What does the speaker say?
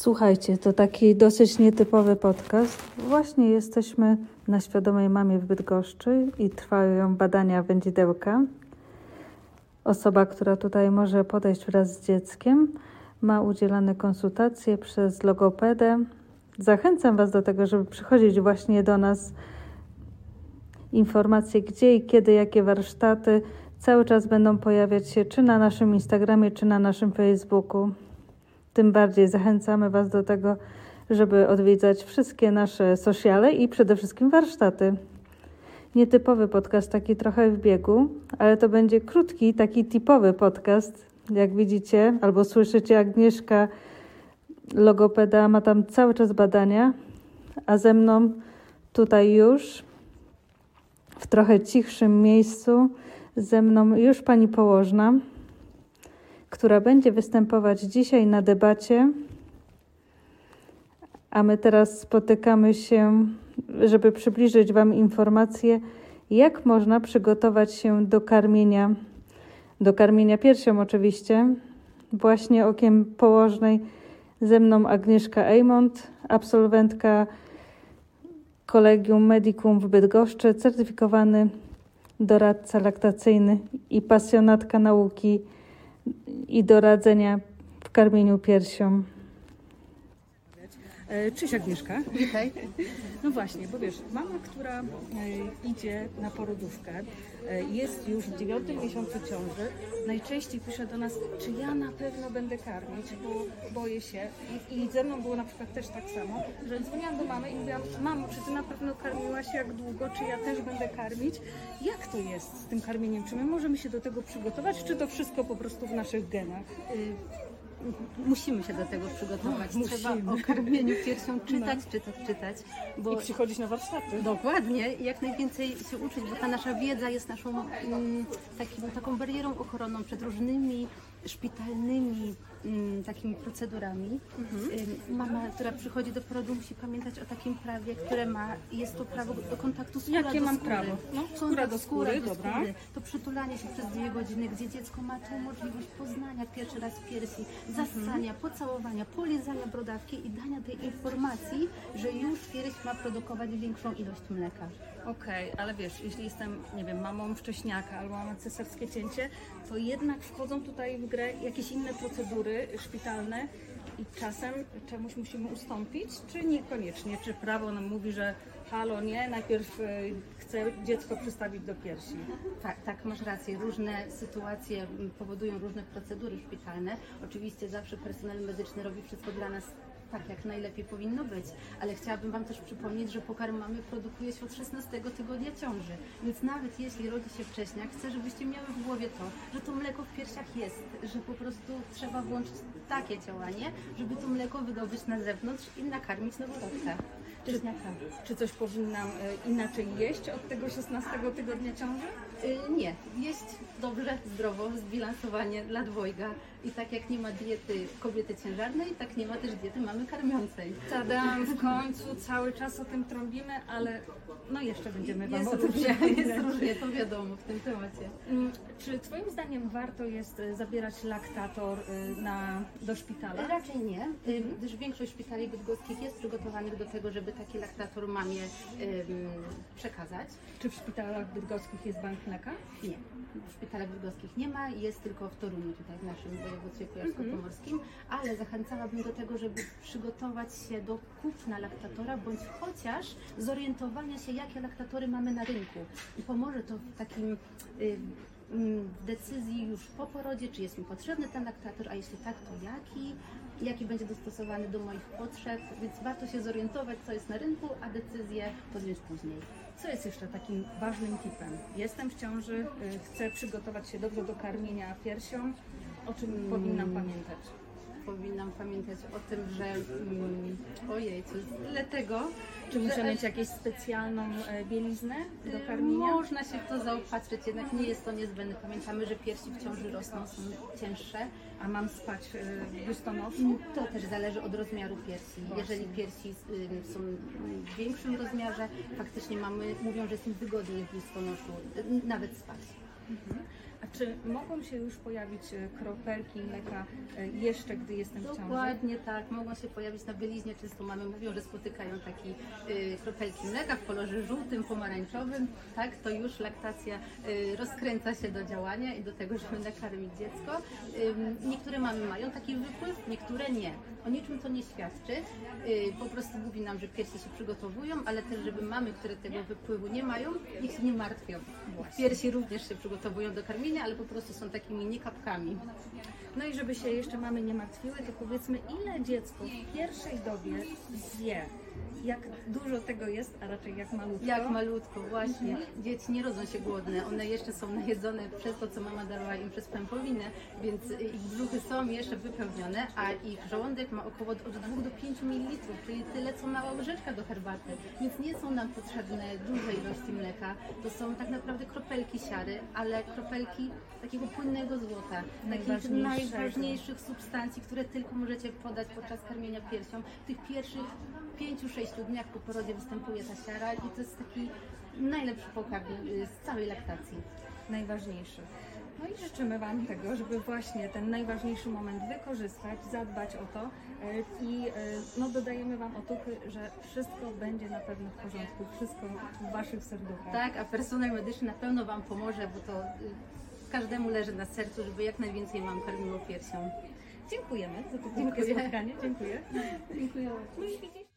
Słuchajcie, to taki dosyć nietypowy podcast. Właśnie jesteśmy na Świadomej Mamie w Bydgoszczy i trwają badania wędzidełka. Osoba, która tutaj może podejść wraz z dzieckiem, ma udzielane konsultacje przez logopedę. Zachęcam Was do tego, żeby przychodzić właśnie do nas. Informacje gdzie i kiedy, jakie warsztaty cały czas będą pojawiać się czy na naszym Instagramie, czy na naszym Facebooku. Tym bardziej zachęcamy Was do tego, żeby odwiedzać wszystkie nasze sociale i przede wszystkim warsztaty. Nietypowy podcast, taki trochę w biegu, ale to będzie krótki, taki tipowy podcast. Jak widzicie albo słyszycie, Agnieszka, logopeda, ma tam cały czas badania, a ze mną tutaj już w trochę cichszym miejscu ze mną już pani położna, która będzie występować dzisiaj na debacie, a my teraz spotykamy się, żeby przybliżyć Wam informacje, jak można przygotować się do karmienia piersią oczywiście, właśnie okiem położnej. Ze mną Agnieszka Ejmont, absolwentka Collegium Medicum w Bydgoszczy, certyfikowany doradca laktacyjny i pasjonatka nauki i doradzenia w karmieniu piersią. Cześć Agnieszka. Witaj. No właśnie, bo wiesz, mama, która idzie na porodówkę, jest już w 9. miesiącu ciąży, najczęściej pisze do nas, czy ja na pewno będę karmić, bo boję się. I ze mną było na przykład też tak samo, że dzwoniłam do mamy i mówiłam, mamo, czy ty na pewno karmiłaś, jak długo, czy ja też będę karmić? Jak to jest z tym karmieniem? Czy my możemy się do tego przygotować, czy to wszystko po prostu w naszych genach? Musimy się do tego przygotować. Trzeba o karmieniu piersią czytać. Bo... I przychodzić na warsztaty. Dokładnie. Jak najwięcej się uczyć, bo ta nasza wiedza jest naszą taką barierą ochronną przed różnymi szpitalnymi takimi procedurami. Mama, która przychodzi do porodu, musi pamiętać o takim prawie, które ma. Jest to prawo do kontaktu skóra Jakie do mam skóry. prawo? No, skóra do skóry, dobra. To przytulanie się przez 2 godziny, gdzie dziecko ma tą możliwość poznania pierwszy raz piersi, zassania, pocałowania, polizania brodawki i dania tej informacji, że już pierś ma produkować większą ilość mleka. Okej, ale wiesz, jeśli jestem, nie wiem, mamą wcześniaka albo mam cesarskie cięcie, to jednak wchodzą tutaj w grę jakieś inne procedury szpitalne i czasem czemuś musimy ustąpić, czy niekoniecznie? Czy prawo nam mówi, że halo, nie, najpierw chcę dziecko przystawić do piersi? Tak, masz rację. Różne sytuacje powodują różne procedury szpitalne. Oczywiście zawsze personel medyczny robi wszystko dla nas tak, jak najlepiej powinno być, ale chciałabym Wam też przypomnieć, że pokarm mamy produkuje się od 16 tygodnia ciąży, więc nawet jeśli rodzi się wcześniak, chcę, żebyście miały w głowie to, że to mleko w piersiach jest, że po prostu trzeba włączyć takie działanie, żeby to mleko wydobyć na zewnątrz i nakarmić noworodka. Czy coś powinnam inaczej jeść od tego 16 tygodnia ciąży? Nie. Jeść dobrze, zdrowo, zbilansowanie dla dwojga. I tak jak nie ma diety kobiety ciężarnej, tak nie ma też diety mamy karmiącej. Tadam, w końcu cały czas o tym trąbimy, ale no jeszcze będziemy Wam o tym Jest różnie, to wiadomo w tym temacie. Czy Twoim zdaniem warto jest zabierać laktator do szpitala? Raczej nie, gdyż większość szpitali bydgoskich jest przygotowanych do tego, żeby taki laktator mamie przekazać. Czy w szpitalach bydgoskich jest bank mleka? Nie. W szpitalach bydgoskich nie ma, jest tylko w Toruniu, tutaj w naszym województwie kujawsko-pomorskim, ale zachęcałabym do tego, żeby przygotować się do kupna laktatora, bądź chociaż zorientowania się, jakie laktatory mamy na rynku. I pomoże to w takim decyzji już po porodzie, czy jest mi potrzebny ten laktator, a jeśli tak, to jaki będzie dostosowany do moich potrzeb, więc warto się zorientować, co jest na rynku, a decyzję podjąć później. Co jest jeszcze takim ważnym tipem? Jestem w ciąży, chcę przygotować się dobrze do karmienia piersią. O czym powinnam pamiętać? Powinnam pamiętać o tym, że ojej, to jest tyle tego. Czy muszę mieć jakąś specjalną bieliznę do karmienia? Można się w to zaopatrzyć, jednak nie jest to niezbędne. Pamiętamy, że piersi w ciąży rosną, są cięższe. A mam spać w biustonoszu? To też zależy od rozmiaru piersi. Jeżeli piersi są w większym rozmiarze, faktycznie mamy mówią, że jest im wygodniej w biustonoszu nawet spać. A Czy mogą się już pojawić kropelki mleka jeszcze, gdy jestem w ciąży? Dokładnie tak, mogą się pojawić na bieliźnie. Często mamy mówią, że spotykają takie kropelki mleka w kolorze żółtym, pomarańczowym. Tak, to już laktacja rozkręca się do działania i do tego, żeby nakarmić dziecko. Niektóre mamy mają taki wypływ, niektóre nie. O niczym to nie świadczy. Po prostu mówi nam, że piersi się przygotowują, ale też, żeby mamy, które tego wypływu nie mają, niech się nie martwią. Piersi również się przygotowują do karmienia, ale po prostu są takimi niekapkami. No i żeby się jeszcze mamy nie martwiły, to powiedzmy, ile dziecko w pierwszej dobie zje? Jak dużo tego jest, a raczej jak malutko? Jak malutko, właśnie. Dzieci nie rodzą się głodne, one jeszcze są najedzone przez to, co mama dała im przez pępowinę, więc ich brzuchy są jeszcze wypełnione, a ich żołądek ma około od 2 do 5 ml, czyli tyle, co mała łyżeczka do herbaty. Więc nie są nam potrzebne duże ilości mleka, to są tak naprawdę kropelki siary, ale kropelki takiego płynnego złota, takich najważniejszych substancji, które tylko możecie podać podczas karmienia piersią. W tych pierwszych 5-6 dniach po porodzie występuje ta siara i to jest taki najlepszy pokarm z całej laktacji. Najważniejszy. No i życzymy Wam tego, żeby właśnie ten najważniejszy moment wykorzystać, zadbać o to i no, dodajemy Wam otuchy, że wszystko będzie na pewno w porządku, wszystko w Waszych serduchach. Tak, a personel medyczny na pewno Wam pomoże, bo to każdemu leży na sercu, żeby jak najwięcej mam karmiło piersią. Dziękujemy za to krótkie spotkanie. Dziękuję. Dziękuję. No i widzisz,